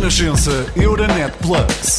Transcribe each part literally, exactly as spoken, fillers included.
Renascença Euronet Plus.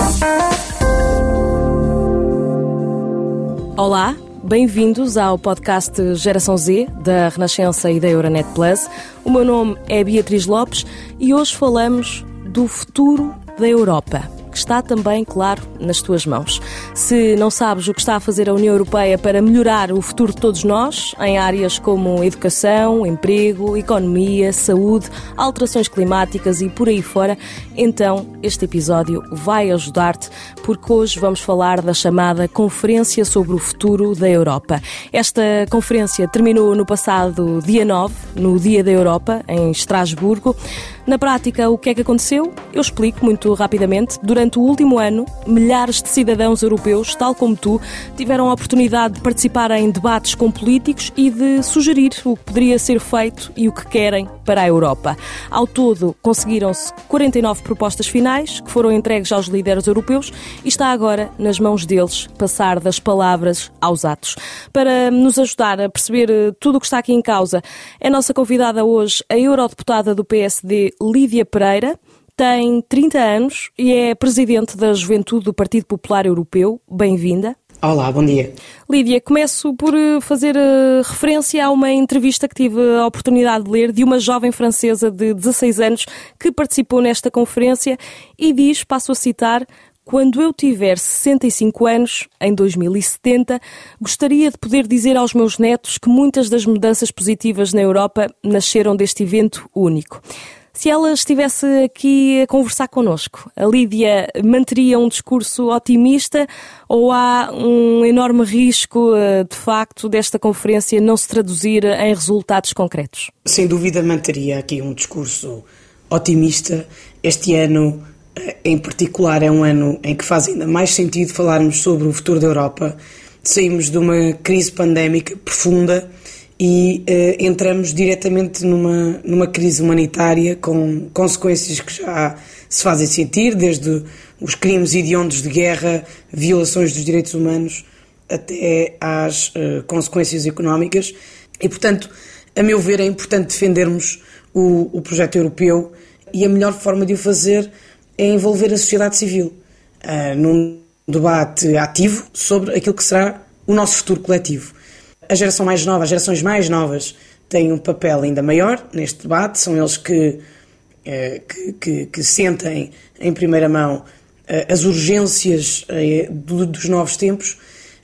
Olá, bem-vindos ao podcast Geração Z da Renascença e da Euronet Plus. O meu nome é Beatriz Lopes e hoje falamos do futuro da Europa, que está também, claro, nas tuas mãos. Se não sabes o que está a fazer a União Europeia para melhorar o futuro de todos nós, em áreas como educação, emprego, economia, saúde, alterações climáticas e por aí fora, então este episódio vai ajudar-te, porque hoje vamos falar da chamada Conferência sobre o Futuro da Europa. Esta conferência terminou no passado dia nove, no Dia da Europa, em Estrasburgo. Na prática, o que é que aconteceu? Eu explico muito rapidamente. Durante o último ano, milhares de cidadãos europeus, tal como tu, tiveram a oportunidade de participar em debates com políticos e de sugerir o que poderia ser feito e o que querem para a Europa. Ao todo, conseguiram-se quarenta e nove propostas finais, que foram entregues aos líderes europeus, e está agora nas mãos deles passar das palavras aos atos. Para nos ajudar a perceber tudo o que está aqui em causa, é nossa convidada hoje a eurodeputada do P S D, Lídia Pereira. Tem trinta anos e é presidente da Juventude do Partido Popular Europeu. Bem-vinda. Olá, bom dia. Lídia, começo por fazer referência a uma entrevista que tive a oportunidade de ler de uma jovem francesa de dezasseis anos que participou nesta conferência e diz, passo a citar: "Quando eu tiver sessenta e cinco anos, em dois mil e setenta, gostaria de poder dizer aos meus netos que muitas das mudanças positivas na Europa nasceram deste evento único." Se ela estivesse aqui a conversar connosco, a Lídia manteria um discurso otimista ou há um enorme risco, de facto, desta conferência não se traduzir em resultados concretos? Sem dúvida manteria aqui um discurso otimista. Este ano, em particular, é um ano em que faz ainda mais sentido falarmos sobre o futuro da Europa. Saímos de uma crise pandémica profunda e uh, entramos diretamente numa, numa crise humanitária com consequências que já se fazem sentir, desde os crimes hediondos de guerra, violações dos direitos humanos, até às uh, consequências económicas. E, portanto, a meu ver, é importante defendermos o, o projeto europeu e a melhor forma de o fazer é envolver a sociedade civil uh, num debate ativo sobre aquilo que será o nosso futuro coletivo. A geração mais nova, as gerações mais novas têm um papel ainda maior neste debate, são eles que, que, que, que sentem em primeira mão as urgências dos novos tempos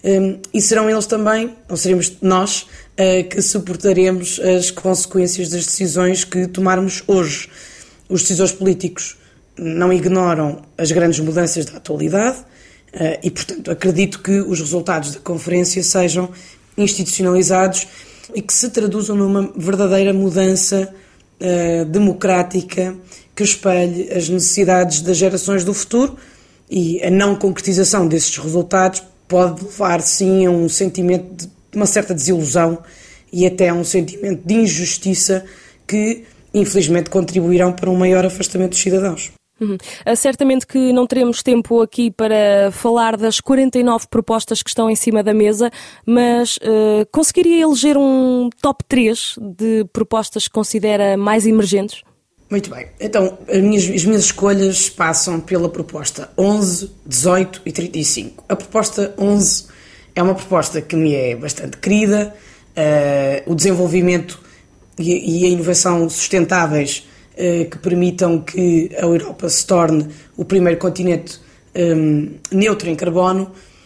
e serão eles também, não seremos nós, que suportaremos as consequências das decisões que tomarmos hoje. Os decisores políticos não ignoram as grandes mudanças da atualidade e, portanto, acredito que os resultados da conferência sejam institucionalizados e que se traduzam numa verdadeira mudança uh, democrática que espelhe as necessidades das gerações do futuro, e a não concretização desses resultados pode levar, sim, a um sentimento de uma certa desilusão e até a um sentimento de injustiça que, infelizmente, contribuirão para um maior afastamento dos cidadãos. Uhum. Certamente que não teremos tempo aqui para falar das quarenta e nove propostas que estão em cima da mesa, mas uh, conseguiria eleger um top três de propostas que considera mais emergentes? Muito bem. Então, as minhas, as minhas escolhas passam pela proposta onze, dezoito e trinta e cinco. A proposta onze é uma proposta que me é bastante querida. Uh, o desenvolvimento e, e a inovação sustentáveis que permitam que a Europa se torne o primeiro continente um, neutro em carbono,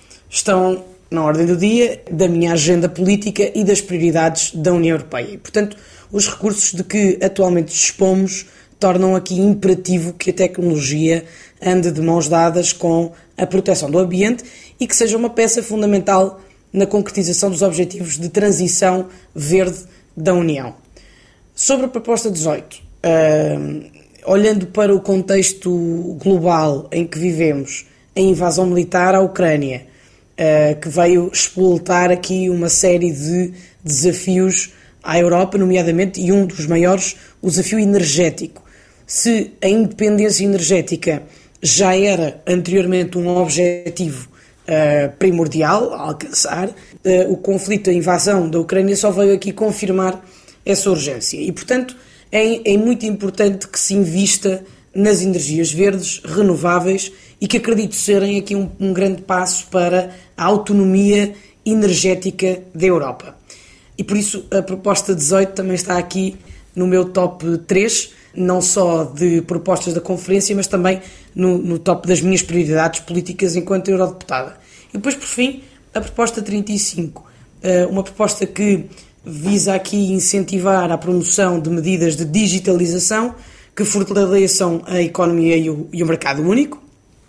estão na ordem do dia da minha agenda política e das prioridades da União Europeia. E, portanto, os recursos de que atualmente dispomos tornam aqui imperativo que a tecnologia ande de mãos dadas com a proteção do ambiente e que seja uma peça fundamental na concretização dos objetivos de transição verde da União. Sobre a proposta dezoito, Uh, olhando para o contexto global em que vivemos, a invasão militar à Ucrânia, uh, que veio explotar aqui uma série de desafios à Europa, nomeadamente, e um dos maiores, o desafio energético. Se a independência energética já era anteriormente um objetivo uh, primordial a alcançar, uh, o conflito, a invasão da Ucrânia só veio aqui confirmar essa urgência. E, portanto, é, é muito importante que se invista nas energias verdes, renováveis, e que acredito serem aqui um, um grande passo para a autonomia energética da Europa. E por isso a proposta dezoito também está aqui no meu top três, não só de propostas da conferência, mas também no, no top das minhas prioridades políticas enquanto eurodeputada. E depois, por fim, a proposta trinta e cinco, uma proposta que visa aqui incentivar a promoção de medidas de digitalização que fortaleçam a economia e o, e o mercado único,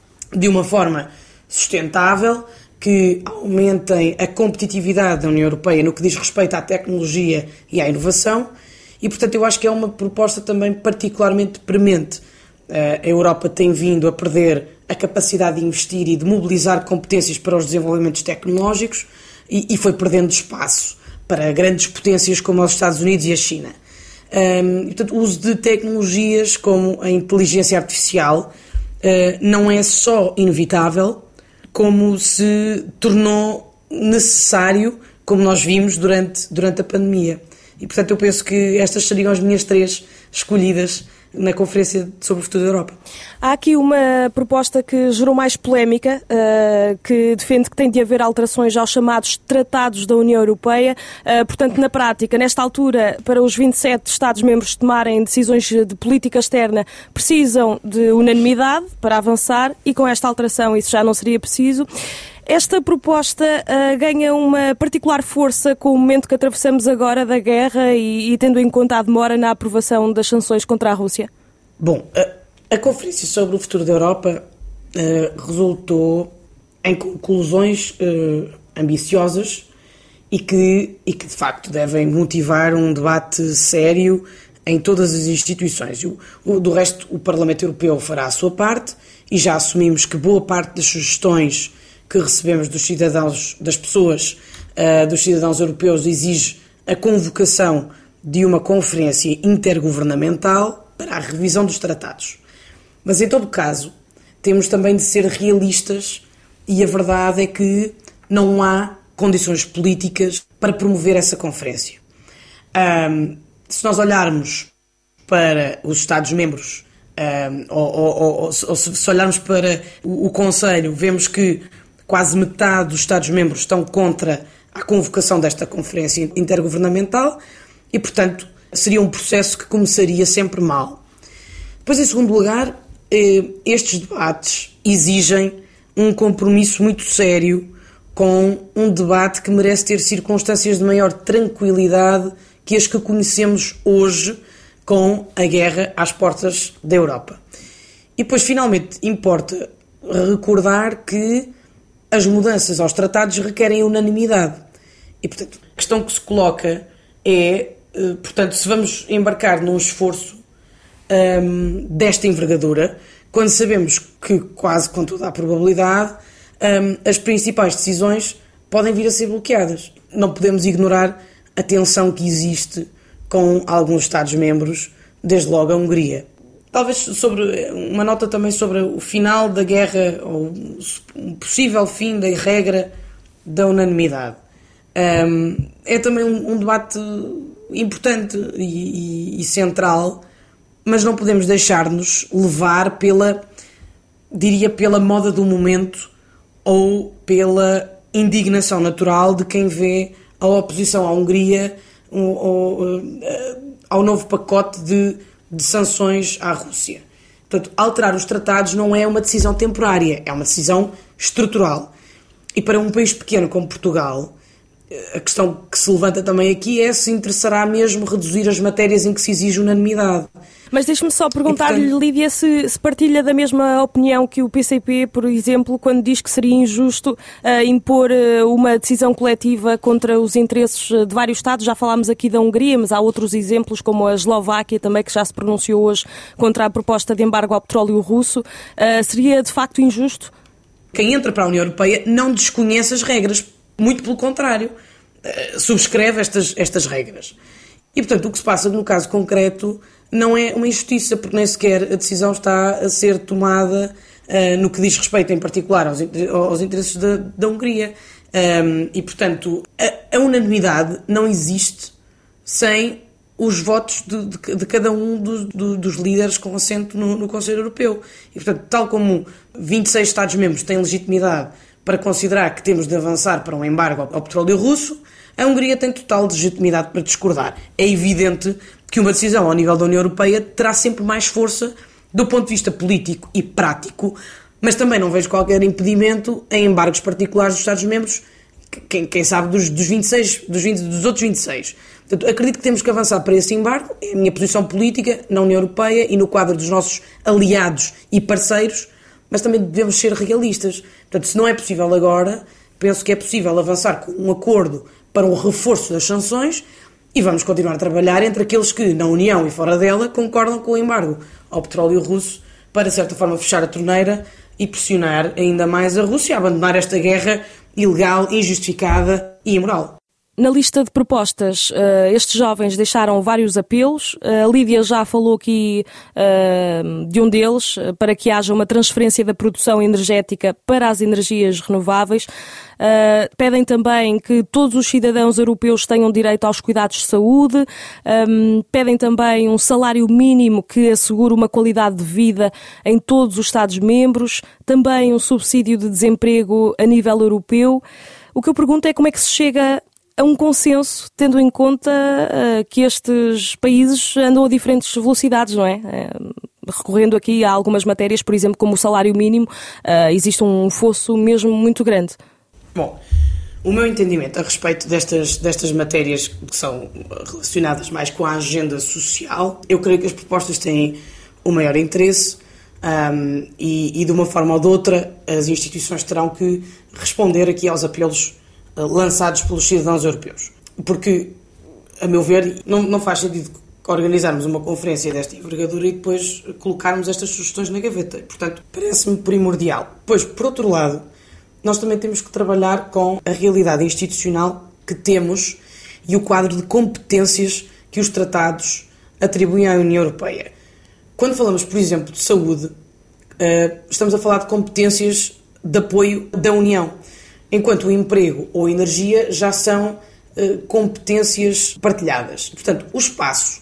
de uma forma sustentável, que aumentem a competitividade da União Europeia no que diz respeito à tecnologia e à inovação, e, portanto, eu acho que é uma proposta também particularmente premente. A Europa tem vindo a perder a capacidade de investir e de mobilizar competências para os desenvolvimentos tecnológicos e, e foi perdendo espaço para grandes potências como os Estados Unidos e a China. Um, portanto, o uso de tecnologias como a inteligência artificial uh, não é só inevitável, como se tornou necessário, como nós vimos durante, durante a pandemia. E, portanto, eu penso que estas seriam as minhas três escolhidas na Conferência sobre o Futuro da Europa. Há aqui uma proposta que gerou mais polémica, uh, que defende que tem de haver alterações aos chamados tratados da União Europeia. Uh, portanto, na prática, nesta altura, para os vinte e sete Estados-membros tomarem decisões de política externa, precisam de unanimidade para avançar e com esta alteração isso já não seria preciso. Esta proposta uh, ganha uma particular força com o momento que atravessamos agora da guerra e, e tendo em conta a demora na aprovação das sanções contra a Rússia? Bom, a, a Conferência sobre o Futuro da Europa uh, resultou em conclusões uh, ambiciosas e que, e que, de facto, devem motivar um debate sério em todas as instituições. O, o, do resto, o Parlamento Europeu fará a sua parte e já assumimos que boa parte das sugestões que recebemos dos cidadãos, das pessoas, uh, dos cidadãos europeus, exige a convocação de uma conferência intergovernamental para a revisão dos tratados. Mas, em todo caso, temos também de ser realistas e a verdade é que não há condições políticas para promover essa conferência. Um, se nós olharmos para os Estados-membros, um, ou, ou, ou, ou se olharmos para o, o Conselho, vemos que quase metade dos Estados-membros estão contra a convocação desta conferência intergovernamental e, portanto, seria um processo que começaria sempre mal. Depois, em segundo lugar, estes debates exigem um compromisso muito sério com um debate que merece ter circunstâncias de maior tranquilidade que as que conhecemos hoje com a guerra às portas da Europa. E depois, finalmente, importa recordar que as mudanças aos tratados requerem unanimidade. E, portanto, a questão que se coloca é, portanto, se vamos embarcar num esforço um, desta envergadura, quando sabemos que, quase com toda a probabilidade, um, as principais decisões podem vir a ser bloqueadas. Não podemos ignorar a tensão que existe com alguns Estados-membros, desde logo a Hungria. Talvez sobre uma nota também sobre o final da guerra, ou um possível fim da regra da unanimidade. Um, é também um, um debate importante e, e, e central, mas não podemos deixar-nos levar pela, diria, pela moda do momento ou pela indignação natural de quem vê a oposição à Hungria ou, ou, ao novo pacote de de sanções à Rússia. Portanto, alterar os tratados não é uma decisão temporária, é uma decisão estrutural. E para um país pequeno como Portugal, a questão que se levanta também aqui é se interessará mesmo reduzir as matérias em que se exige unanimidade. Mas deixe-me só perguntar-lhe, portanto, Lídia, se, se partilha da mesma opinião que o P C P, por exemplo, quando diz que seria injusto uh, impor uh, uma decisão coletiva contra os interesses de vários Estados. Já falámos aqui da Hungria, mas há outros exemplos, como a Eslováquia também, que já se pronunciou hoje contra a proposta de embargo ao petróleo russo. Uh, seria, de facto, injusto? Quem entra para a União Europeia não desconhece as regras. Muito pelo contrário, subscreve estas, estas regras. E, portanto, o que se passa no caso concreto não é uma injustiça, porque nem sequer a decisão está a ser tomada uh, no que diz respeito, em particular, aos, aos interesses da, da Hungria. Um, e, portanto, a, a unanimidade não existe sem os votos de, de, de cada um dos, do, dos líderes com assento no, no Conselho Europeu. E, portanto, tal como vinte e seis Estados-membros têm legitimidade para considerar que temos de avançar para um embargo ao, ao petróleo russo, a Hungria tem total legitimidade para discordar. É evidente que uma decisão ao nível da União Europeia terá sempre mais força do ponto de vista político e prático, mas também não vejo qualquer impedimento em embargos particulares dos Estados-membros, quem, quem sabe dos, dos vinte e seis, dos, vinte, dos outros vinte e seis. Portanto, acredito que temos que avançar para esse embargo, é a minha posição política na União Europeia e no quadro dos nossos aliados e parceiros, mas também devemos ser realistas. Portanto, se não é possível agora, penso que é possível avançar com um acordo para um reforço das sanções e vamos continuar a trabalhar entre aqueles que, na União e fora dela, concordam com o embargo ao petróleo russo para, de certa forma, fechar a torneira e pressionar ainda mais a Rússia a abandonar esta guerra ilegal, injustificada e imoral. Na lista de propostas, estes jovens deixaram vários apelos. A Lídia já falou aqui de um deles, para que haja uma transferência da produção energética para as energias renováveis. Pedem também que todos os cidadãos europeus tenham direito aos cuidados de saúde. Pedem também um salário mínimo que assegure uma qualidade de vida em todos os Estados-membros. Também um subsídio de desemprego a nível europeu. O que eu pergunto é como é que se chega a um consenso, tendo em conta uh, que estes países andam a diferentes velocidades, não é? Uh, recorrendo aqui a algumas matérias, por exemplo, como o salário mínimo, uh, existe um fosso mesmo muito grande. Bom, o meu entendimento a respeito destas, destas matérias que são relacionadas mais com a agenda social, eu creio que as propostas têm o maior interesse um, e, e, de uma forma ou de outra, as instituições terão que responder aqui aos apelos lançados pelos cidadãos europeus. Porque, a meu ver, não, não faz sentido organizarmos uma conferência desta envergadura e depois colocarmos estas sugestões na gaveta. Portanto, parece-me primordial. Pois, por outro lado, nós também temos que trabalhar com a realidade institucional que temos e o quadro de competências que os tratados atribuem à União Europeia. Quando falamos, por exemplo, de saúde, estamos a falar de competências de apoio da União, enquanto o emprego ou a energia já são uh, competências partilhadas. Portanto, o espaço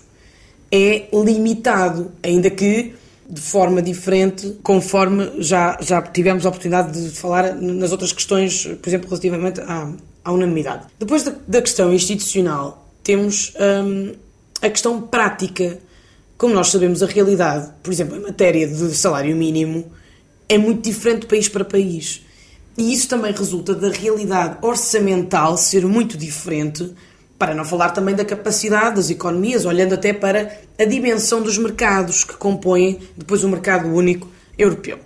é limitado, ainda que de forma diferente, conforme já, já tivemos a oportunidade de falar nas outras questões, por exemplo, relativamente à, à unanimidade. Depois da, da questão institucional, temos um, a questão prática. Como nós sabemos, a realidade, por exemplo, em matéria de salário mínimo, é muito diferente de país para país. E isso também resulta da realidade orçamental ser muito diferente, para não falar também da capacidade das economias, olhando até para a dimensão dos mercados que compõem depois o mercado único europeu.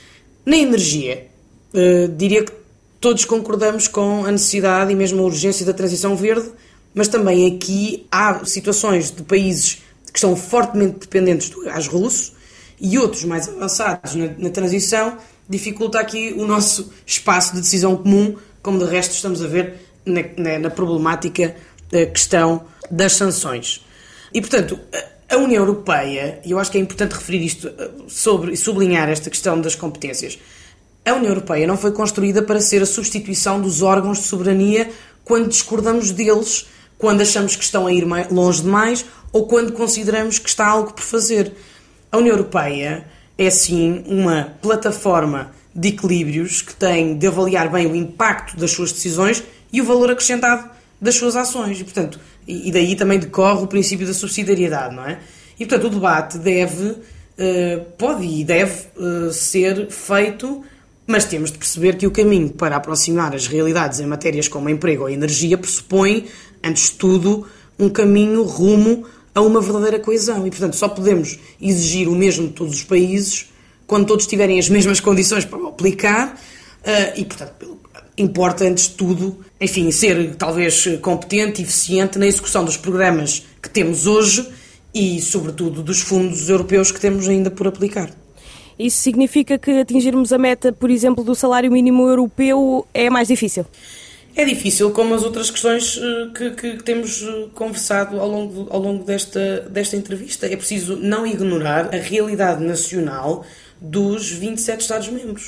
Na energia, eh, diria que todos concordamos com a necessidade e mesmo a urgência da transição verde, mas também aqui há situações de países que estão fortemente dependentes do gás russo e outros mais avançados na, na transição, dificulta aqui o nosso espaço de decisão comum, como de resto estamos a ver na, na, na problemática da questão das sanções. E, portanto, a União Europeia, e eu acho que é importante referir isto sobre, e sublinhar esta questão das competências, a União Europeia não foi construída para ser a substituição dos órgãos de soberania quando discordamos deles, quando achamos que estão a ir longe demais ou quando consideramos que está algo por fazer. A União Europeia é, sim, uma plataforma de equilíbrios que tem de avaliar bem o impacto das suas decisões e o valor acrescentado das suas ações. E, portanto, e daí também decorre o princípio da subsidiariedade, não é? E, portanto, o debate deve, pode e deve ser feito, mas temos de perceber que o caminho para aproximar as realidades em matérias como emprego ou energia pressupõe, antes de tudo, um caminho rumo a uma verdadeira coesão e, portanto, só podemos exigir o mesmo de todos os países quando todos tiverem as mesmas condições para o aplicar uh, e, portanto, importa, antes de tudo, enfim, ser talvez competente e eficiente na execução dos programas que temos hoje e, sobretudo, dos fundos europeus que temos ainda por aplicar. Isso significa que atingirmos a meta, por exemplo, do salário mínimo europeu é mais difícil? É difícil, como as outras questões que, que temos conversado ao longo, ao longo desta, desta entrevista. É preciso não ignorar a realidade nacional dos vinte e sete Estados-membros.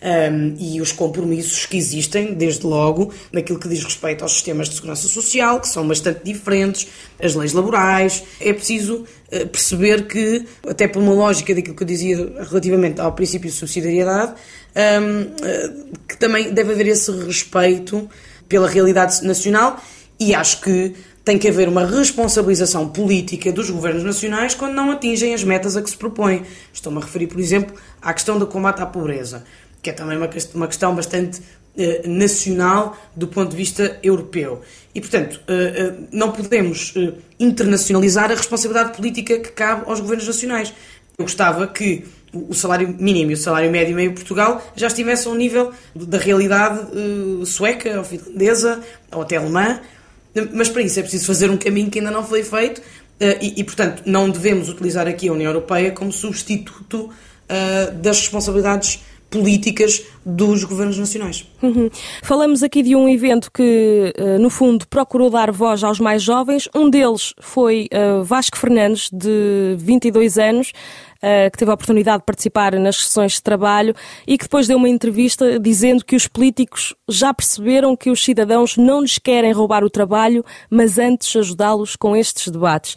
um, e os compromissos que existem, desde logo, naquilo que diz respeito aos sistemas de segurança social, que são bastante diferentes, as leis laborais. É preciso uh, perceber que, até por uma lógica daquilo que eu dizia relativamente ao princípio de subsidiariedade, um, uh, que também deve haver esse respeito pela realidade nacional, e acho que tem que haver uma responsabilização política dos governos nacionais quando não atingem as metas a que se propõem. Estou-me a referir, por exemplo, à questão do combate à pobreza, que é também uma questão bastante eh, nacional do ponto de vista europeu. E, portanto, eh, eh, não podemos eh, internacionalizar a responsabilidade política que cabe aos governos nacionais. Eu gostava que o salário mínimo e o salário médio em Portugal já estivessem ao nível da realidade eh, sueca, ou finlandesa, ou até alemã. Mas para isso é preciso fazer um caminho que ainda não foi feito e, e, portanto, não devemos utilizar aqui a União Europeia como substituto uh, das responsabilidades políticas dos governos nacionais. Uhum. Falamos aqui de um evento que, uh, no fundo, procurou dar voz aos mais jovens. Um deles foi uh, Vasco Fernandes, de vinte e dois anos, Uh, que teve a oportunidade de participar nas sessões de trabalho e que depois deu uma entrevista dizendo que os políticos já perceberam que os cidadãos não lhes querem roubar o trabalho, mas antes ajudá-los com estes debates.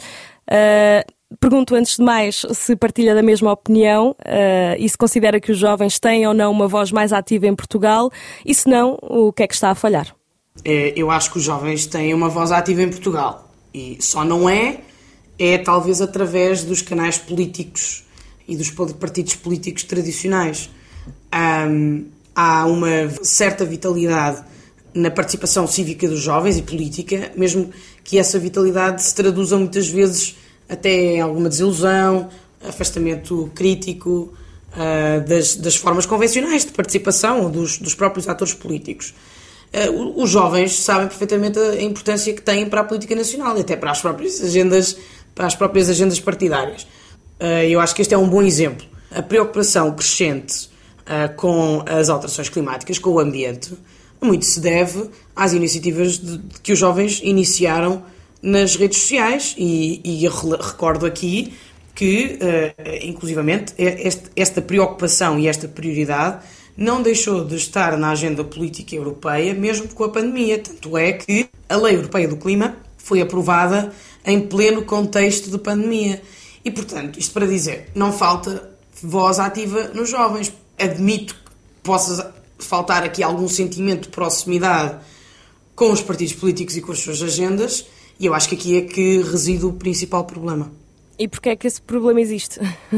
Uh, pergunto antes de mais se partilha da mesma opinião uh, e se considera que os jovens têm ou não uma voz mais ativa em Portugal, e se não, o que é que está a falhar? É, eu acho que os jovens têm uma voz ativa em Portugal, e só não é, é talvez através dos canais políticos e dos partidos políticos tradicionais. Um, há uma certa vitalidade na participação cívica dos jovens e política, mesmo que essa vitalidade se traduza muitas vezes até em alguma desilusão, afastamento crítico uh, das, das formas convencionais de participação dos, dos próprios atores políticos. Uh, os jovens sabem perfeitamente a importância que têm para a política nacional e até para as próprias agendas, para as próprias agendas partidárias. Eu acho que este é um bom exemplo. A preocupação crescente uh, com as alterações climáticas, com o ambiente, muito se deve às iniciativas de, de que os jovens iniciaram nas redes sociais e, e recordo aqui que, uh, inclusivamente, este, esta preocupação e esta prioridade não deixou de estar na agenda política europeia, mesmo com a pandemia. Tanto é que a Lei Europeia do Clima foi aprovada em pleno contexto de pandemia. E, portanto, isto para dizer, não falta voz ativa nos jovens. Admito que possa faltar aqui algum sentimento de proximidade com os partidos políticos e com as suas agendas, e eu acho que aqui é que reside o principal problema. E porquê é que esse problema existe?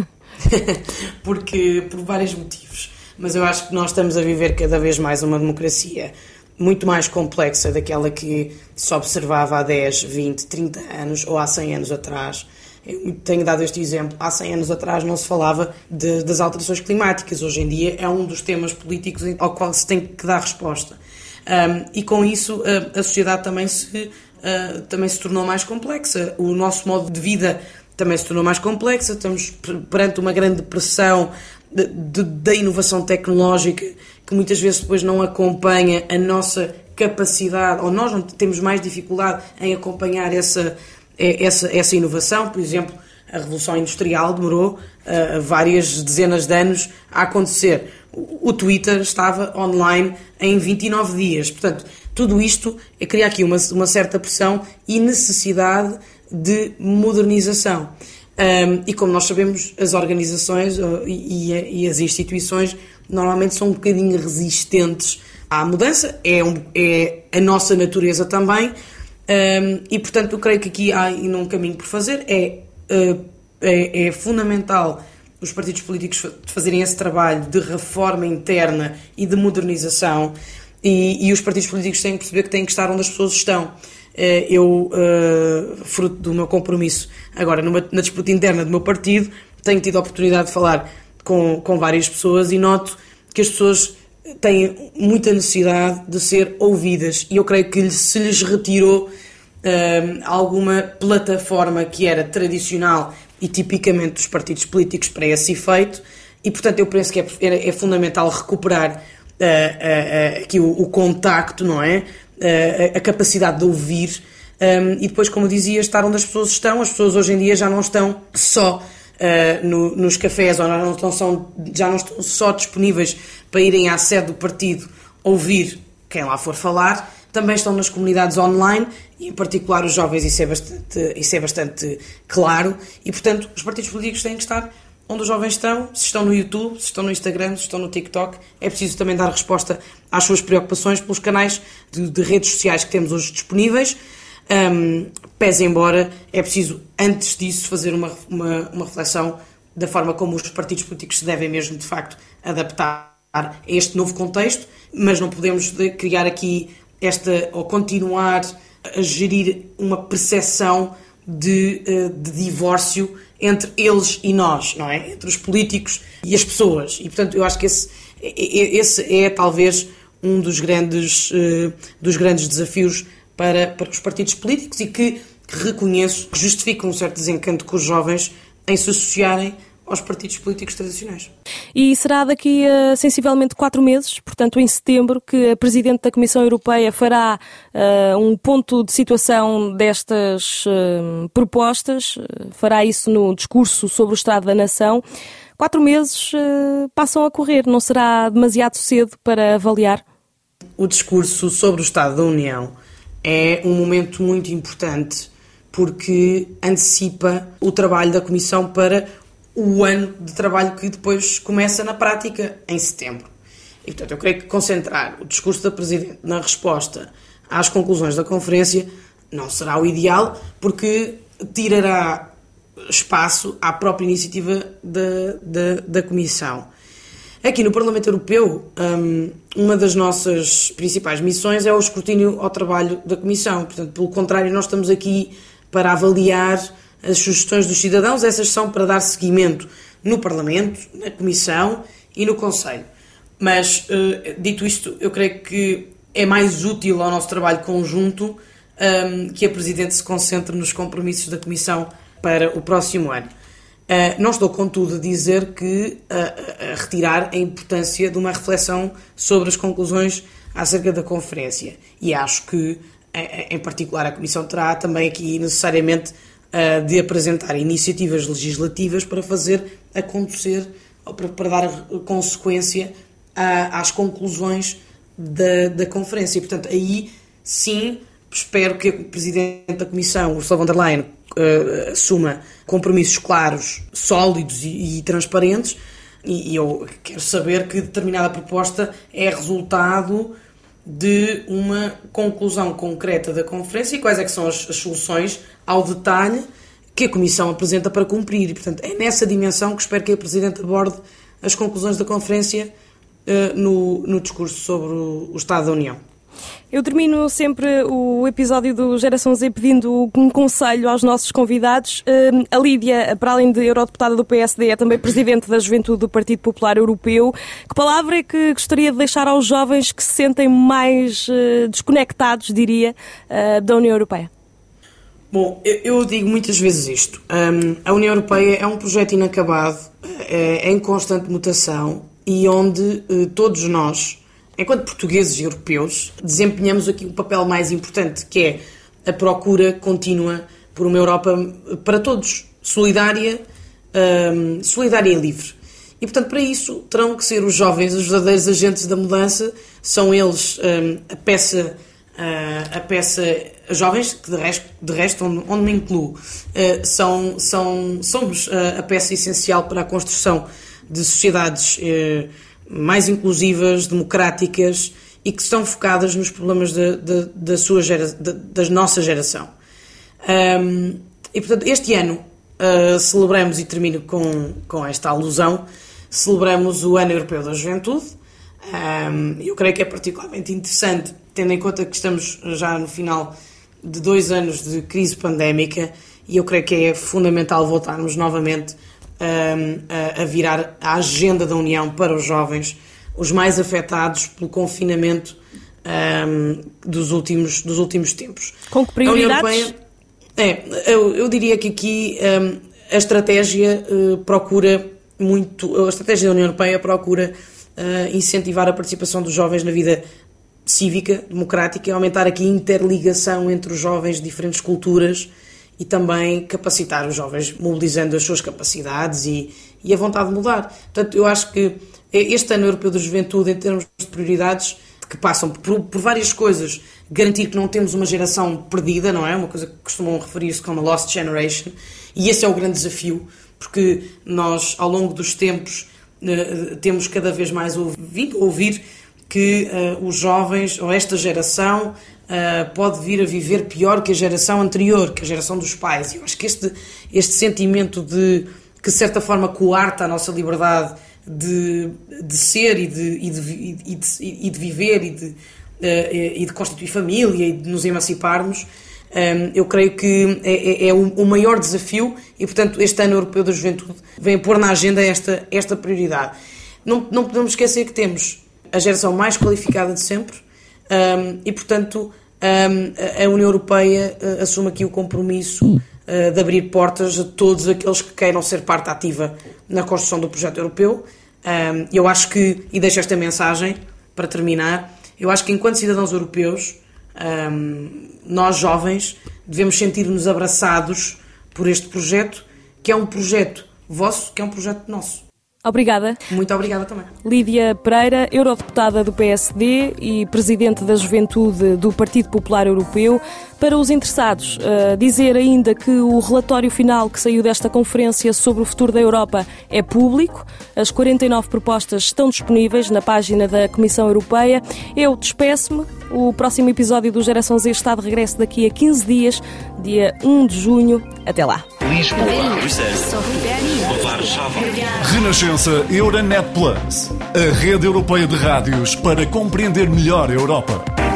Porque, por vários motivos. Mas eu acho que nós estamos a viver cada vez mais uma democracia muito mais complexa daquela que se observava há dez, vinte, trinta anos ou há cem anos atrás. Eu tenho dado este exemplo. Há cem anos atrás não se falava de, das alterações climáticas. Hoje em dia é um dos temas políticos ao qual se tem que dar resposta. Um, e com isso a, a sociedade também se, uh, também se tornou mais complexa. O nosso modo de vida também se tornou mais complexa. Estamos perante uma grande pressão de, de, da inovação tecnológica que muitas vezes depois não acompanha a nossa capacidade, ou nós não temos mais dificuldade em acompanhar essa Essa, essa inovação. Por exemplo, a Revolução Industrial demorou uh, várias dezenas de anos a acontecer. O, o Twitter estava online em vinte e nove dias. Portanto, tudo isto é criar aqui uma, uma certa pressão e necessidade de modernização. Um, e como nós sabemos, as organizações uh, e, e as instituições normalmente são um bocadinho resistentes à mudança. É, um, é a nossa natureza também. Um, e, portanto, eu creio que aqui há ainda um caminho por fazer. É, uh, é, é fundamental os partidos políticos fazerem esse trabalho de reforma interna e de modernização, e, e os partidos políticos têm que perceber que têm que estar onde as pessoas estão. Uh, eu, uh, fruto do meu compromisso agora numa, na disputa interna do meu partido, tenho tido a oportunidade de falar com, com várias pessoas e noto que as pessoas têm muita necessidade de ser ouvidas, e eu creio que se lhes retirou uh, alguma plataforma que era tradicional e tipicamente dos partidos políticos para esse efeito, e portanto eu penso que é, é, é fundamental recuperar uh, uh, uh, aqui o, o contacto, não é? Uh, a, a capacidade de ouvir, um, e depois, como dizia, estar onde as pessoas estão. As pessoas hoje em dia já não estão só uh, no, nos cafés, ou não estão, são, já não estão só disponíveis para irem à sede do partido ouvir quem lá for falar, também estão nas comunidades online, e em particular os jovens, isso é bastante, isso é bastante claro, e portanto os partidos políticos têm que estar onde os jovens estão, se estão no YouTube, se estão no Instagram, se estão no TikTok. É preciso também dar resposta às suas preocupações pelos canais de, de redes sociais que temos hoje disponíveis. Um, pese embora, é preciso, antes disso, fazer uma, uma, uma reflexão da forma como os partidos políticos se devem mesmo, de facto, adaptar a este novo contexto, mas não podemos criar aqui esta, ou continuar a gerir uma percepção de, de divórcio entre eles e nós, não é? Entre os políticos e as pessoas. E, portanto, eu acho que esse, esse é talvez um dos grandes, dos grandes desafios para, para os partidos políticos, e que, que reconheço que justifica um certo desencanto com os jovens em se associarem aos partidos políticos tradicionais. E será daqui a sensivelmente quatro meses, portanto em setembro, que a Presidente da Comissão Europeia fará uh, um ponto de situação destas uh, propostas, uh, fará isso no discurso sobre o Estado da Nação. Quatro meses uh, passam a correr, não será demasiado cedo para avaliar? O discurso sobre o Estado da União é um momento muito importante, porque antecipa o trabalho da Comissão para o ano de trabalho que depois começa na prática em setembro. E, portanto, eu creio que concentrar o discurso da Presidente na resposta às conclusões da conferência não será o ideal, porque tirará espaço à própria iniciativa da, da, da Comissão. Aqui no Parlamento Europeu, uma das nossas principais missões é o escrutínio ao trabalho da Comissão. Portanto, pelo contrário, nós estamos aqui para avaliar as sugestões dos cidadãos. Essas são para dar seguimento no Parlamento, na Comissão e no Conselho. Mas, dito isto, eu creio que é mais útil ao nosso trabalho conjunto que a Presidente se concentre nos compromissos da Comissão para o próximo ano. Não estou, contudo, a dizer que a, a retirar a importância de uma reflexão sobre as conclusões acerca da conferência. E acho que, em particular, a Comissão terá também aqui necessariamente de apresentar iniciativas legislativas para fazer acontecer, ou para, para dar consequência a, às conclusões da, da conferência. E, portanto, aí sim espero que a Presidente da Comissão, Ursula von der Leyen, uh, assuma compromissos claros, sólidos e, e transparentes, e, e eu quero saber que determinada proposta é resultado de uma conclusão concreta da conferência e quais é que são as, as soluções ao detalhe que a Comissão apresenta para cumprir. E, portanto, é nessa dimensão que espero que a Presidente aborde as conclusões da conferência uh, no, no discurso sobre o, o Estado da União. Eu termino sempre o episódio do Geração Z pedindo um conselho aos nossos convidados. A Lídia, para além de eurodeputada do P S D, é também presidente da Juventude do Partido Popular Europeu. Que palavra é que gostaria de deixar aos jovens que se sentem mais desconectados, diria, da União Europeia? Bom, eu digo muitas vezes isto. A União Europeia é um projeto inacabado, é em constante mutação e onde todos nós, enquanto portugueses e europeus, desempenhamos aqui o papel mais importante, que é a procura contínua por uma Europa para todos, solidária, um, solidária e livre. E, portanto, para isso terão que ser os jovens os verdadeiros agentes da mudança. São eles um, a peça, uh, a peça, os jovens, que de resto, de resto onde, onde me incluo, uh, são, são, somos uh, a peça essencial para a construção de sociedades uh, mais inclusivas, democráticas e que estão focadas nos problemas de, de, da, sua gera, de, da nossa geração. Um, e, portanto, este ano uh, celebramos, e termino com, com esta alusão, celebramos o Ano Europeu da Juventude. Um, eu creio que é particularmente interessante, tendo em conta que estamos já no final de dois anos de crise pandémica, e eu creio que é fundamental voltarmos novamente A, a virar a agenda da União para os jovens, os mais afetados pelo confinamento um, dos, últimos, dos últimos tempos. Com que prioridades? A União Europeia, é, eu, eu diria que aqui um, a estratégia uh, procura muito, a estratégia da União Europeia procura uh, incentivar a participação dos jovens na vida cívica, democrática, aumentar aqui a interligação entre os jovens de diferentes culturas e também capacitar os jovens, mobilizando as suas capacidades e, e a vontade de mudar. Portanto, eu acho que este Ano Europeu da Juventude, em termos de prioridades, que passam por, por várias coisas, garantir que não temos uma geração perdida, não é? Uma coisa que costumam referir-se como a Lost Generation, e esse é o grande desafio, porque nós, ao longo dos tempos, uh, temos cada vez mais ouvido ouvir que uh, os jovens, ou esta geração, uh, pode vir a viver pior que a geração anterior, que a geração dos pais. Eu acho que este, este sentimento de que, de certa forma, coarta a nossa liberdade de, de ser e de, e, de, e, de, e de viver e de, uh, e de constituir família e de nos emanciparmos, um, eu creio que é, é, é o, o maior desafio e, portanto, este Ano Europeu da Juventude vem pôr na agenda esta, esta prioridade. Não, não podemos esquecer que temos a geração mais qualificada de sempre um, e, portanto, um, a União Europeia uh, assume aqui o compromisso uh, de abrir portas a todos aqueles que queiram ser parte ativa na construção do projeto europeu. Um, eu acho que, e deixo esta mensagem para terminar, eu acho que enquanto cidadãos europeus, um, nós jovens devemos sentir-nos abraçados por este projeto, que é um projeto vosso, que é um projeto nosso. Obrigada. Muito obrigada também. Lídia Pereira, eurodeputada do P S D e presidente da Juventude do Partido Popular Europeu. Para os interessados, uh, dizer ainda que o relatório final que saiu desta conferência sobre o futuro da Europa é público. As quarenta e nove propostas estão disponíveis na página da Comissão Europeia. Eu despeço-me. O próximo episódio do Geração Z está de regresso daqui a quinze dias, dia um de junho. Até lá. Lisboa, Renascença Euronet Plus, a rede europeia de rádios para compreender melhor a Europa.